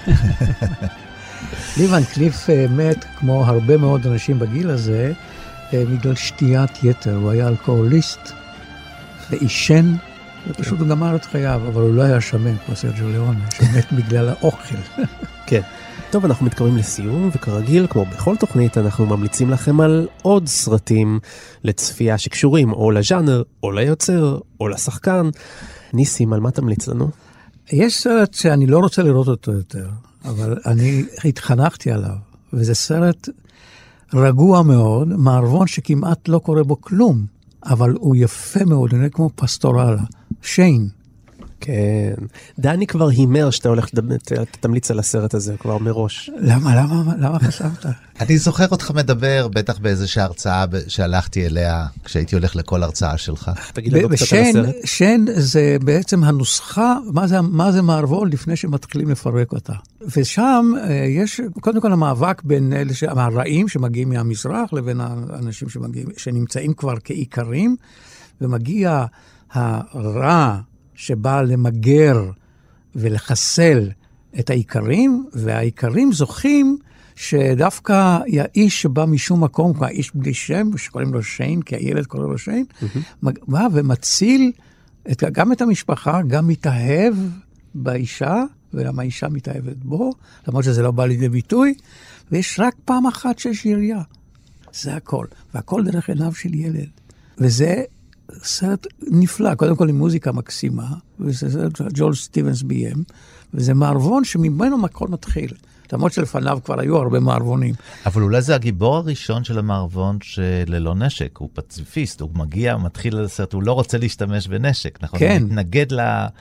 לי ון קליף מת כמו הרבה מאוד אנשים בגיל הזה, בגלל שתיית יתר. הוא היה אלכוהוליסט ואישן, ופשוט הוא גמר את חייו, אבל הוא לא היה שמן כמו סרג'יו ליאונה, שמת בגלל האוכל. כן. טוב, אנחנו מתקרבים לסיום, וכרגיל, כמו בכל תוכנית, אנחנו ממליצים לכם על עוד סרטים לצפייה שקשורים או לז'אנר, או ליוצר, או לשחקן. ניסים, על מה תמליץ לנו? יש סרט שאני לא רוצה לראות אותו יותר, אבל אני התחנכתי עליו, וזה סרט רגוע מאוד, מערבון שכמעט לא קורה בו כלום, אבל הוא יפה מאוד, הוא נראה כמו פסטורלה, שיין. כן. דני כבר הימר שאתה הולך תמליץ על הסרט הזה כבר מראש. למה חשבת? אני זוכר אותך מדבר, בטח באיזושהי הרצאה שהלכתי אליה, כשהייתי הולך לכל הרצאה שלך. תגיד לנו קצת על הסרט. שיין זה בעצם הנוסחה, מה זה מערבון לפני שמתחילים לפרק אותה. ושם יש קודם כל המאבק בין אלה הרעים שמגיעים מהמזרח, לבין האנשים שנמצאים כבר כעיקרים, ומגיע הרע, שבא למגר ולחסל את העיקרים, והעיקרים זוכים שדווקא האיש שבא משום מקום, האיש בלי שם, שקוראים לו שיין, כי הילד קורא לו שיין, בא ומציל גם את המשפחה, גם מתאהב באישה, וגם האישה מתאהבת בו, למרות שזה לא בא לידי ביטוי, ויש רק פעם אחת שיש ירייה. זה הכל. והכל דרך עיניו של ילד. וזה סרט נפלא, קודם כל עם מוזיקה מקסימה, וזה סרט ג'ול סטיבנס ביים, וזה מערבון שממנו הכל מתחיל. למרות שלפניו כבר היו הרבה מערבונים. אבל אולי זה הגיבור הראשון של המערבון שללא נשק, הוא פציפיסט, הוא מגיע, מתחיל לסרט, הוא לא רוצה להשתמש בנשק, נכון? כן. הוא מתנגד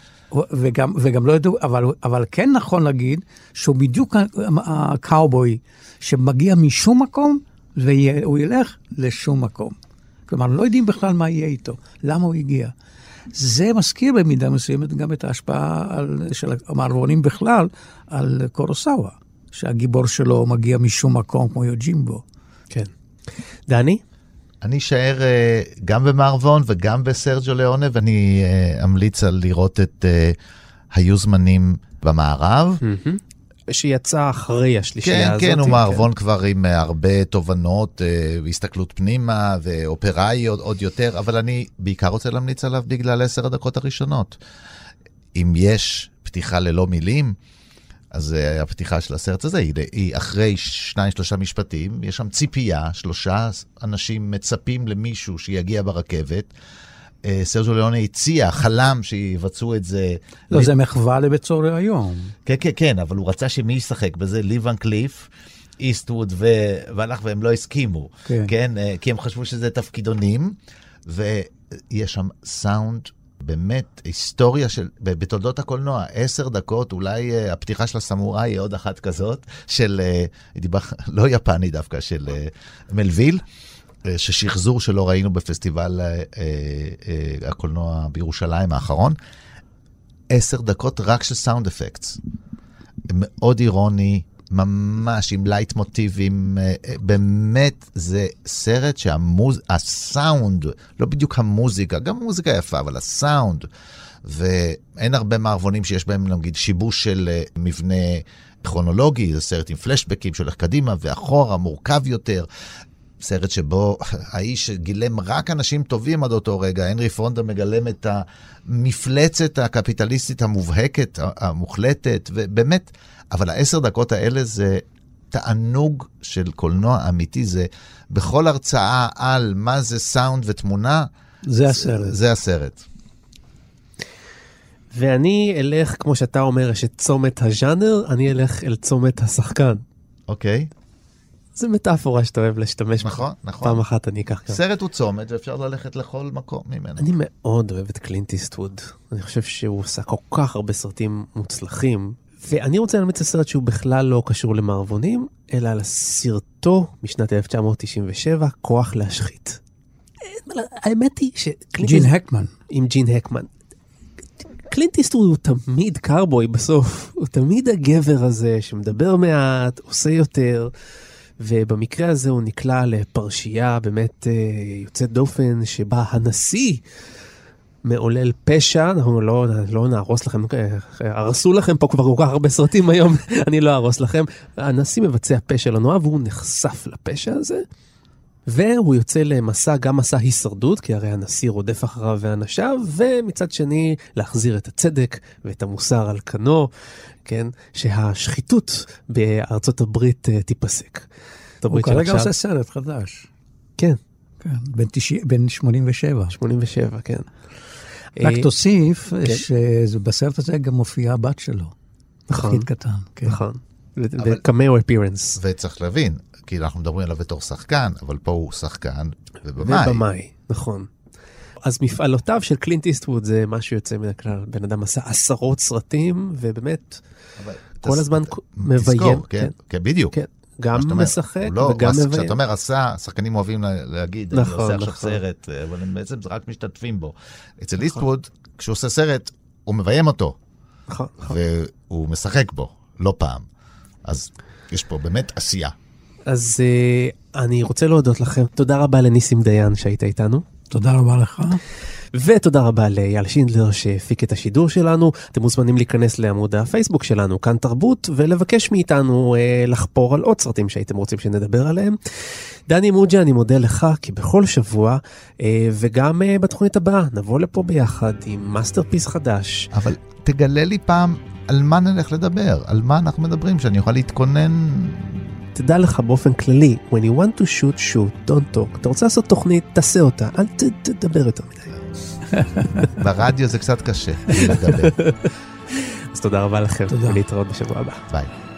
וגם לא ידעו, אבל כן נכון להגיד, שהוא בדיוק הקאובוי, שמגיע משום מקום, והוא ילך לשום מקום. כלומר, לא יודעים בכלל מה יהיה איתו, למה הוא הגיע. זה מזכיר במידה מסוימת גם את ההשפעה של המערבונים בכלל על קורוסאווה, שהגיבור שלו מגיע משום מקום כמו יוג'ימבו. כן. דני? אני אשאר גם במערבון וגם בסרג'ו ליאונה, ואני אמליץ על לראות את היו זמנים במערב. שיצא אחרי השלישייה הזאת. כן, הוא מערבון כבר עם הרבה תובנות, הסתכלות פנימה ואופראי עוד יותר, אבל אני בעיקר רוצה להמליץ עליו בגלל 10 הדקות הראשונות. אם יש פתיחה ללא מילים, אז הפתיחה של הסרט הזה היא אחרי 2-3 משפטים, יש שם ציפייה, 3 אנשים מצפים למישהו שיגיע ברכבת, סרג'ו ליאונה הציע, חלם שיבצעו את זה. לא, זה מחווה לבצורי היום. כן, כן, כן, אבל הוא רצה שמי ישחק בזה, לי ון קליף, איסטווד והלך והם לא הסכימו, כן, כי הם חשבו שזה תפקידונים, ויש שם סאונד, באמת, היסטוריה של, בתולדות הקולנוע, 10 דקות, אולי הפתיחה של הסמוראי היא עוד אחת כזאת, של, לא יפני דווקא, של מלוויל, ששחזור שלא ראינו בפסטיבל הקולנוע בירושלים האחרון, 10 דקות רק של סאונד אפקטס. מאוד אירוני, ממש עם לייט מוטיבים, באמת זה סרט שהסאונד, לא בדיוק המוזיקה, גם המוזיקה יפה, אבל הסאונד, ואין הרבה מערבונים שיש בהם, נגיד, שיבוש של מבנה כרונולוגי, זה סרט עם פלשבקים שהולך קדימה ואחורה, מורכב יותר, סרט שבו האיש גילם רק אנשים טובים עד אותו רגע, הנרי פונדה מגלם את המפלצת הקפיטליסטית המובהקת, המוחלטת, ובאמת, אבל 10 דקות האלה זה תענוג של קולנוע אמיתי, זה בכל הרצאה על מה זה סאונד ותמונה, זה הסרט. זה הסרט. ואני אלך, כמו שאתה אומר, יש את צומת הז'אנר, אני אלך אל צומת השחקן. אוקיי. זה מטאפורה שאתה אוהב להשתמש. נכון, נכון. פעם אחת אני אקח גם. סרט הוא צומת, ואפשר ללכת לכל מקום ממנו. אני מאוד אוהב את קלינט איסטווד. אני חושב שהוא עושה כל כך הרבה סרטים מוצלחים, ואני רוצה להמליץ לסרט שהוא בכלל לא קשור למערבונים, אלא על סרטו משנת 1997, כוח להשחית. האמת היא ג'ין הקמן. עם ג'ין הקמן. קלינט איסטווד הוא תמיד קארבוי בסוף. הוא תמיד הגבר הזה שמדבר מעט, עושה יותר, ובמקרה הזה הוא נקלע לפרשייה באמת יוצאת דופן, שבה הנשיא מעולל פשע, אנחנו לא נהרוס לכם, הרסו לכם פה כבר כל כך הרבה סרטים היום, אני לא ארוס לכם, הנשיא מבצע פשע לנועה, והוא נחשף לפשע הזה, והוא יוצא למסע, גם מסע הישרדות, כי הרי הנשיא רודף אחריו ואנשיו, ומצד שני להחזיר את הצדק ואת המוסר על כנו, כן, שהשחיתות בארצות הברית תיפסק. הוא כרגע עושה סרט חדש. כן. בין 87. 87, כן. רק תוסיף שבסרט הזה גם מופיעה הבת שלו. נכון. תפקיד קטן. נכון. וקמאו אפירנס. וצריך להבין, כי אנחנו מדברים עליו בתור שחקן, אבל פה הוא שחקן ובמאי. ובמאי, נכון. אז מפעלותיו של קלינט איסטווד זה משהו יוצא מן הכלל. בן אדם עשה 10 סרטים, ובאמת כל הזמן מביים. כן, בדיוק. גם משחק וגם מביים. כשאת אומר עשה, שחקנים אוהבים להגיד, אני עושה עכשיו סרט, אבל בעצם זה רק משתתפים בו. אצל איסטווד, כשהוא עושה סרט, הוא מביים אותו. נכון. והוא משחק בו, לא פעם. אז יש פה באמת עשייה. אז אני רוצה להודות לכם. תודה רבה לניסים דיין שהיית איתנו. תודה רבה לך. ותודה רבה לאייל שינדלר שהפיק את השידור שלנו. אתם מוזמנים להיכנס לעמוד הפייסבוק שלנו, כאן תרבות, ולבקש מאיתנו לחפור על עוד סרטים שהייתם רוצים שנדבר עליהם. דני מוג'ה, אני מודה לך, כי בכל שבוע, וגם בתוכנית הבאה, נבוא לפה ביחד עם מאסטרפיס חדש. אבל תגלה לי פעם על מה נלך לדבר, על מה אנחנו מדברים, שאני אוכל להתכונן. תדע לך באופן כללי, when you want to shoot, don't talk. אתה רוצה לעשות תוכנית, תעשה אותה, אל תדבר יותר מדי. ברדיו זה קצת קשה לדבר. אז תודה רבה לכם, ולהתראות בשבוע הבא. ביי.